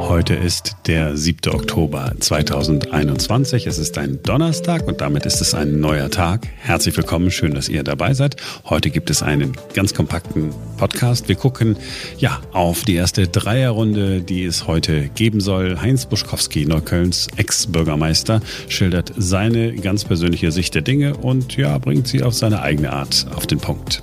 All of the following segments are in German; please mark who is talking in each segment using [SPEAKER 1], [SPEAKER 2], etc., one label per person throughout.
[SPEAKER 1] Heute ist der 7. Oktober 2021. Es ist ein Donnerstag und damit ist es ein neuer Tag. Herzlich willkommen, schön, dass ihr dabei seid. Heute gibt es einen ganz kompakten Podcast. Wir gucken auf die erste Dreierrunde, die es heute geben soll. Heinz Buschkowski, Neuköllns Ex-Bürgermeister, schildert seine ganz persönliche Sicht der Dinge und bringt sie auf seine eigene Art auf den Punkt.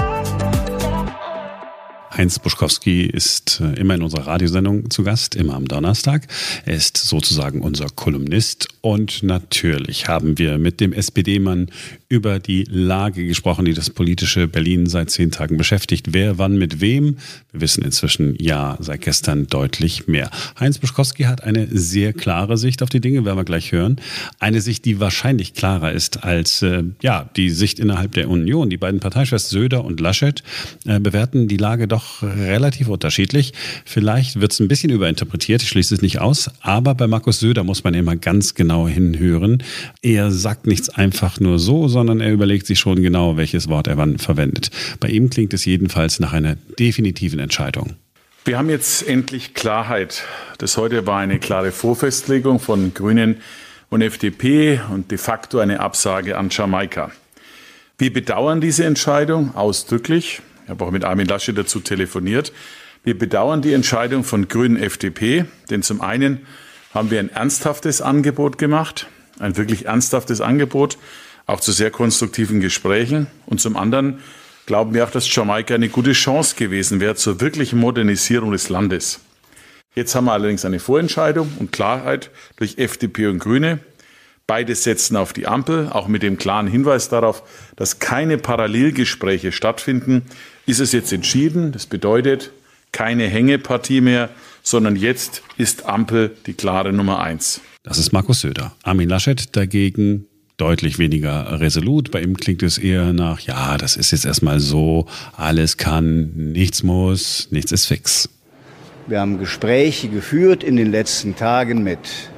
[SPEAKER 1] Heinz Buschkowski ist immer in unserer Radiosendung zu Gast, immer am Donnerstag. Er ist sozusagen unser Kolumnist und natürlich haben wir mit dem SPD-Mann über die Lage gesprochen, die das politische Berlin seit 10 Tagen beschäftigt. Wer, wann, mit wem? Wir wissen inzwischen seit gestern deutlich mehr. Heinz Buschkowski hat eine sehr klare Sicht auf die Dinge, werden wir gleich hören. Eine Sicht, die wahrscheinlich klarer ist als die Sicht innerhalb der Union. Die beiden Parteichefs Söder und Laschet bewerten die Lage doch relativ unterschiedlich. Vielleicht wird es ein bisschen überinterpretiert, ich schließe es nicht aus, aber bei Markus Söder muss man immer ganz genau hinhören. Er sagt nichts einfach nur so, sondern er überlegt sich schon genau, welches Wort er wann verwendet. Bei ihm klingt es jedenfalls nach einer definitiven Entscheidung.
[SPEAKER 2] Wir haben jetzt endlich Klarheit. Das heute war eine klare Vorfestlegung von Grünen und FDP und de facto eine Absage an Jamaika. Wir bedauern diese Entscheidung ausdrücklich. Ich habe auch mit Armin Laschet dazu telefoniert. Wir bedauern die Entscheidung von Grünen FDP, denn zum einen haben wir ein ernsthaftes Angebot gemacht, ein wirklich ernsthaftes Angebot, auch zu sehr konstruktiven Gesprächen. Und zum anderen glauben wir auch, dass Jamaika eine gute Chance gewesen wäre zur wirklichen Modernisierung des Landes. Jetzt haben wir allerdings eine Vorentscheidung und Klarheit durch FDP und Grüne. Beide setzen auf die Ampel, auch mit dem klaren Hinweis darauf, dass keine Parallelgespräche stattfinden. Ist es jetzt entschieden? Das bedeutet keine Hängepartie mehr, sondern jetzt ist Ampel die klare Nummer 1.
[SPEAKER 1] Das ist Markus Söder. Armin Laschet dagegen deutlich weniger resolut. Bei ihm klingt es eher nach, das ist jetzt erstmal so, alles kann, nichts muss, nichts ist fix.
[SPEAKER 3] Wir haben Gespräche geführt in den letzten Tagen mit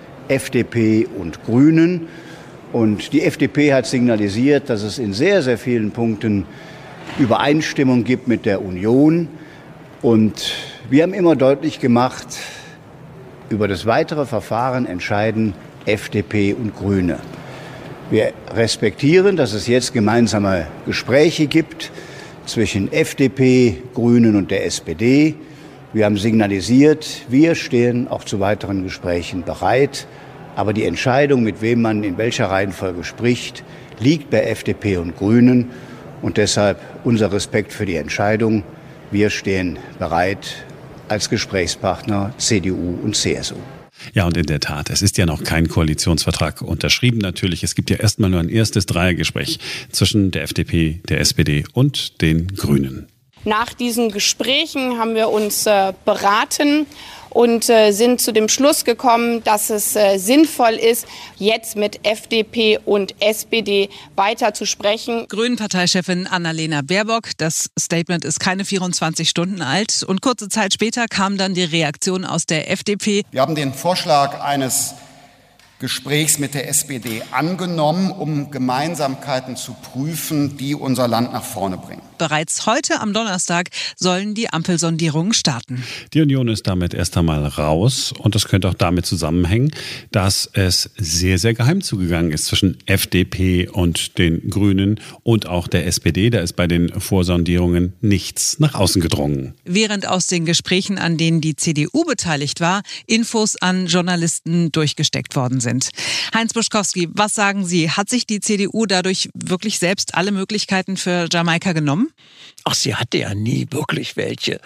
[SPEAKER 3] FDP und Grünen. Und die FDP hat signalisiert, dass es in sehr, sehr vielen Punkten Übereinstimmung gibt mit der Union. Und wir haben immer deutlich gemacht, über das weitere Verfahren entscheiden FDP und Grüne. Wir respektieren, dass es jetzt gemeinsame Gespräche gibt zwischen FDP, Grünen und der SPD. Wir haben signalisiert, wir stehen auch zu weiteren Gesprächen bereit. Aber die Entscheidung, mit wem man in welcher Reihenfolge spricht, liegt bei FDP und Grünen. Und deshalb unser Respekt für die Entscheidung. Wir stehen bereit als Gesprächspartner CDU und CSU.
[SPEAKER 1] Ja, und in der Tat, es ist ja noch kein Koalitionsvertrag unterschrieben natürlich. Es gibt ja erstmal nur ein erstes Dreiergespräch zwischen der FDP, der SPD und den Grünen.
[SPEAKER 4] Nach diesen Gesprächen haben wir uns beraten und sind zu dem Schluss gekommen, dass es sinnvoll ist, jetzt mit FDP und SPD weiter zu sprechen.
[SPEAKER 5] Grünen-Parteichefin Annalena Baerbock, das Statement ist keine 24 Stunden alt. Und kurze Zeit später kam dann die Reaktion aus der FDP.
[SPEAKER 6] Wir haben den Vorschlag eines Gesprächs mit der SPD angenommen, um Gemeinsamkeiten zu prüfen, die unser Land nach vorne bringen.
[SPEAKER 5] Bereits heute am Donnerstag sollen die Ampelsondierungen starten.
[SPEAKER 1] Die Union ist damit erst einmal raus und das könnte auch damit zusammenhängen, dass es sehr, sehr geheim zugegangen ist zwischen FDP und den Grünen und auch der SPD. Da ist bei den Vorsondierungen nichts nach außen gedrungen.
[SPEAKER 5] Während aus den Gesprächen, an denen die CDU beteiligt war, Infos an Journalisten durchgesteckt worden sind. Heinz Buschkowski, was sagen Sie? Hat sich die CDU dadurch wirklich selbst alle Möglichkeiten für Jamaika genommen?
[SPEAKER 7] Ach, sie hatte ja nie wirklich welche.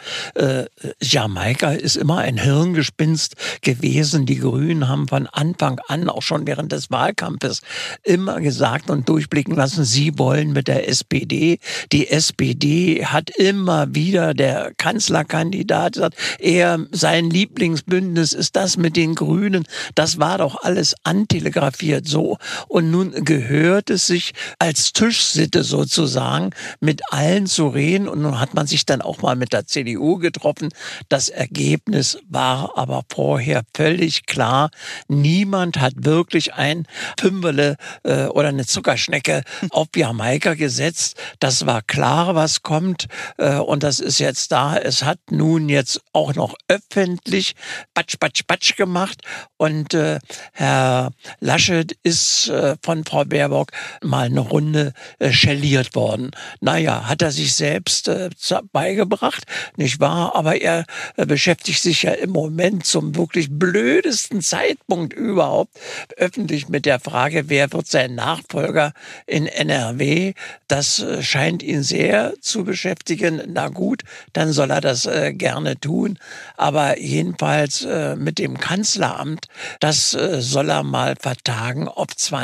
[SPEAKER 7] Jamaika ist immer ein Hirngespinst gewesen. Die Grünen haben von Anfang an, auch schon während des Wahlkampfes, immer gesagt und durchblicken lassen, sie wollen mit der SPD. Die SPD hat immer wieder, der Kanzlerkandidat sagt, sein Lieblingsbündnis ist das mit den Grünen. Das war doch alles alles antelegrafiert so. Und nun gehört es sich als Tischsitte sozusagen, mit allen zu reden. Und nun hat man sich dann auch mal mit der CDU getroffen. Das Ergebnis war aber vorher völlig klar. Niemand hat wirklich ein Fünferle oder eine Zuckerschnecke auf Jamaika gesetzt. Das war klar, was kommt. Und das ist jetzt da. Es hat nun jetzt auch noch öffentlich Batsch gemacht. Und Herr Laschet ist von Frau Baerbock mal eine Runde schelliert worden. Naja, hat er sich selbst beigebracht, nicht wahr? Aber er beschäftigt sich ja im Moment zum wirklich blödesten Zeitpunkt überhaupt öffentlich mit der Frage, wer wird sein Nachfolger in NRW. Das scheint ihn sehr zu beschäftigen. Na gut, dann soll er das gerne tun. Aber jedenfalls mit dem Kanzleramt, das soll er mal vertagen auf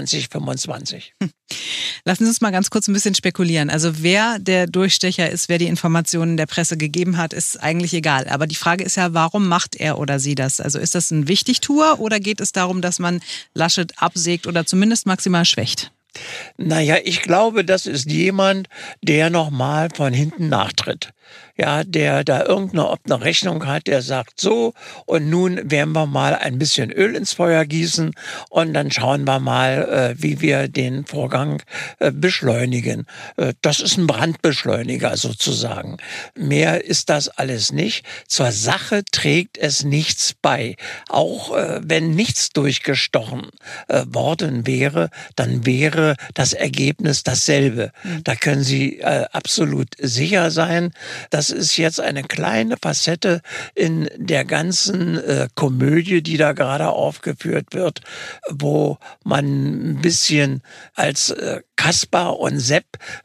[SPEAKER 7] 2025.
[SPEAKER 5] Lassen Sie uns mal ganz kurz ein bisschen spekulieren. Also wer der Durchstecher ist, wer die Informationen der Presse gegeben hat, ist eigentlich egal. Aber die Frage ist ja, warum macht er oder sie das? Also ist das ein Wichtigtuer oder geht es darum, dass man Laschet absägt oder zumindest maximal schwächt?
[SPEAKER 7] Naja, ich glaube, das ist jemand, der nochmal von hinten nachtritt. Ja, der da irgendeine Rechnung hat, der sagt so, und nun werden wir mal ein bisschen Öl ins Feuer gießen und dann schauen wir mal, wie wir den Vorgang beschleunigen. Das ist ein Brandbeschleuniger sozusagen. Mehr ist das alles nicht. Zur Sache trägt es nichts bei. Auch wenn nichts durchgestochen worden wäre, dann wäre das Ergebnis dasselbe. Da können Sie absolut sicher sein. Das ist jetzt eine kleine Facette in der ganzen Komödie, die da gerade aufgeführt wird, wo man ein bisschen als Kaspar und Sepp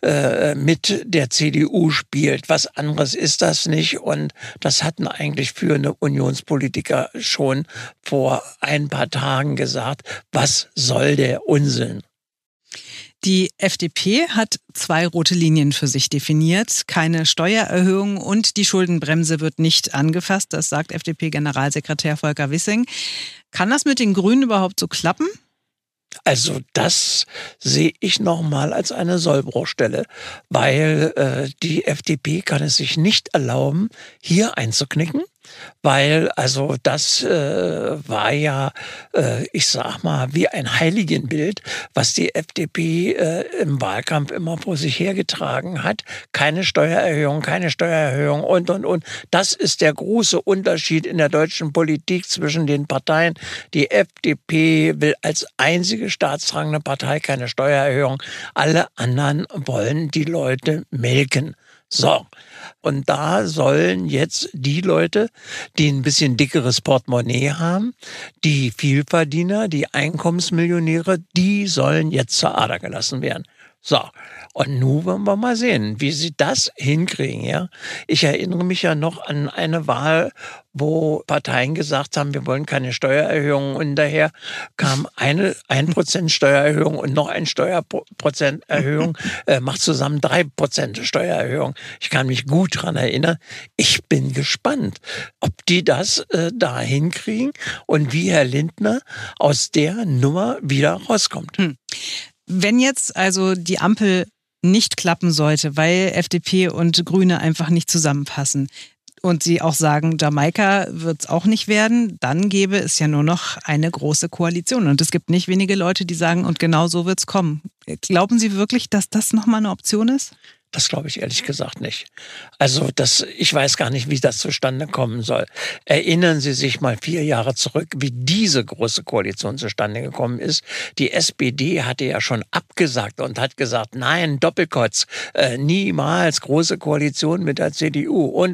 [SPEAKER 7] mit der CDU spielt. Was anderes ist das nicht. Und das hatten eigentlich führende Unionspolitiker schon vor ein paar Tagen gesagt. Was soll der Unsinn?
[SPEAKER 5] Die FDP hat 2 rote Linien für sich definiert. Keine Steuererhöhung und die Schuldenbremse wird nicht angefasst. Das sagt FDP-Generalsekretär Volker Wissing. Kann das mit den Grünen überhaupt so klappen?
[SPEAKER 7] Also das sehe ich nochmal als eine Sollbruchstelle, weil die FDP kann es sich nicht erlauben, hier einzuknicken. Weil also das war ja, ich sag mal, wie ein Heiligenbild, was die FDP im Wahlkampf immer vor sich hergetragen hat. Keine Steuererhöhung und. Das ist der große Unterschied in der deutschen Politik zwischen den Parteien. Die FDP will als einzige staatstragende Partei keine Steuererhöhung. Alle anderen wollen die Leute melken. So, und da sollen jetzt die Leute, die ein bisschen dickeres Portemonnaie haben, die Vielverdiener, die Einkommensmillionäre, die sollen jetzt zur Ader gelassen werden. So, und nun wollen wir mal sehen, wie sie das hinkriegen. Ja? Ich erinnere mich ja noch an eine Wahl, wo Parteien gesagt haben, wir wollen keine Steuererhöhung, und daher kam 1% Steuererhöhung und noch ein Steuerprozenterhöhung, macht zusammen 3% Steuererhöhung. Ich kann mich gut daran erinnern. Ich bin gespannt, ob die das da hinkriegen und wie Herr Lindner aus der Nummer wieder rauskommt.
[SPEAKER 5] Wenn jetzt also die Ampel nicht klappen sollte, weil FDP und Grüne einfach nicht zusammenpassen und sie auch sagen, Jamaika wird es auch nicht werden, dann gäbe es ja nur noch eine große Koalition. Und es gibt nicht wenige Leute, die sagen, und genau so wird es kommen. Glauben Sie wirklich, dass das nochmal eine Option ist?
[SPEAKER 7] Das glaube ich ehrlich gesagt nicht. Also ich weiß gar nicht, wie das zustande kommen soll. Erinnern Sie sich mal 4 Jahre zurück, wie diese große Koalition zustande gekommen ist. Die SPD hatte ja schon abgesagt und hat gesagt, nein, Doppelkotz, niemals große Koalition mit der CDU und.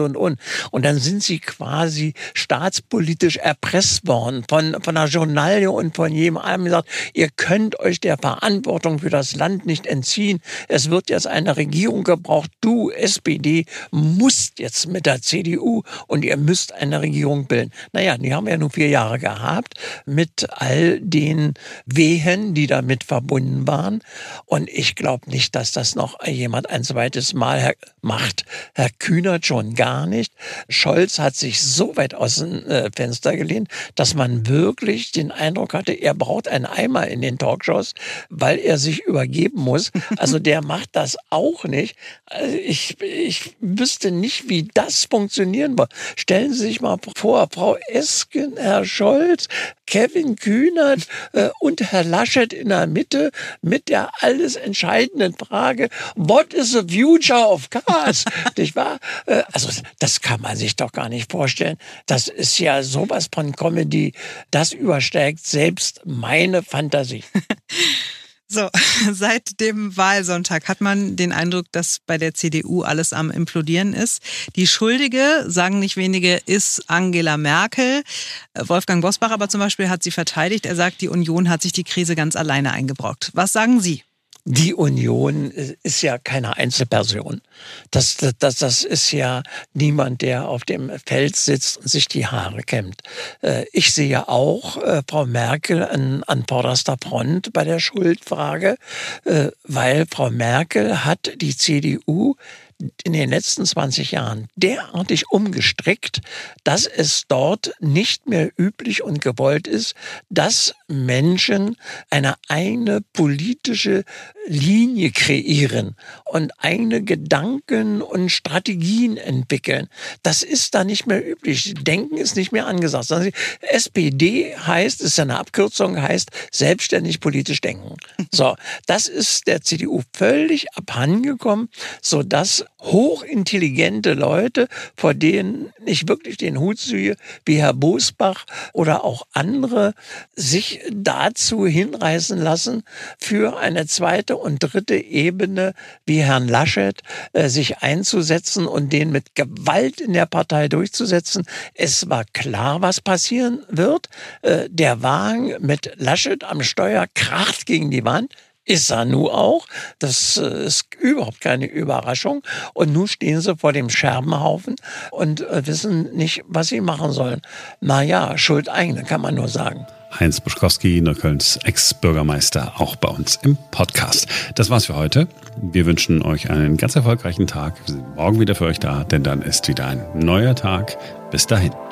[SPEAKER 7] Und dann sind sie quasi staatspolitisch erpresst worden von der Journalie und von jedem anderen gesagt, ihr könnt euch der Verantwortung für das Land nicht entziehen. Es wird jetzt eine Regierung gebraucht. Du, SPD, musst jetzt mit der CDU und ihr müsst eine Regierung bilden. Naja, die haben wir ja nur 4 Jahre gehabt mit all den Wehen, die damit verbunden waren. Und ich glaube nicht, dass das noch jemand ein zweites Mal macht. Herr Kühnert schon gar nicht. Scholz hat sich so weit aus dem Fenster gelehnt, dass man wirklich den Eindruck hatte, er braucht einen Eimer in den Talkshows, weil er sich übergeben muss. Also der macht das auch nicht. Also ich wüsste nicht, wie das funktionieren wird. Stellen Sie sich mal vor, Frau Esken, Herr Scholz, Kevin Kühnert und Herr Laschet in der Mitte mit der alles entscheidenden Frage, what is the future of cars? Nicht wahr? Also das kann man sich doch gar nicht vorstellen. Das ist ja sowas von Comedy, das übersteigt selbst meine Fantasie.
[SPEAKER 5] So, seit dem Wahlsonntag hat man den Eindruck, dass bei der CDU alles am Implodieren ist. Die Schuldige, sagen nicht wenige, ist Angela Merkel. Wolfgang Bosbach aber zum Beispiel hat sie verteidigt. Er sagt, die Union hat sich die Krise ganz alleine eingebrockt. Was sagen Sie?
[SPEAKER 7] Die Union ist ja keine Einzelperson. Das ist ja niemand, der auf dem Feld sitzt und sich die Haare kämmt. Ich sehe auch Frau Merkel an vorderster Front bei der Schuldfrage, weil Frau Merkel hat die CDU in den letzten 20 Jahren derartig umgestrickt, dass es dort nicht mehr üblich und gewollt ist, dass Menschen eine eigene politische Linie kreieren und eigene Gedanken und Strategien entwickeln. Das ist da nicht mehr üblich. Denken ist nicht mehr angesagt. SPD heißt, ist eine Abkürzung, heißt selbstständig politisch denken. So, das ist der CDU völlig abhandengekommen, sodass hochintelligente Leute, vor denen ich wirklich den Hut ziehe, wie Herr Bosbach oder auch andere, sich dazu hinreißen lassen, für eine zweite und dritte Ebene wie Herrn Laschet sich einzusetzen und den mit Gewalt in der Partei durchzusetzen. Es war klar, was passieren wird. Der Wagen mit Laschet am Steuer kracht gegen die Wand. Ist er nun auch. Das ist überhaupt keine Überraschung. Und nun stehen sie vor dem Scherbenhaufen und wissen nicht, was sie machen sollen. Naja, Schuld eigene, kann man nur sagen.
[SPEAKER 1] Heinz Buschkowski, Neuköllns Ex-Bürgermeister, auch bei uns im Podcast. Das war's für heute. Wir wünschen euch einen ganz erfolgreichen Tag. Wir sind morgen wieder für euch da, denn dann ist wieder ein neuer Tag. Bis dahin.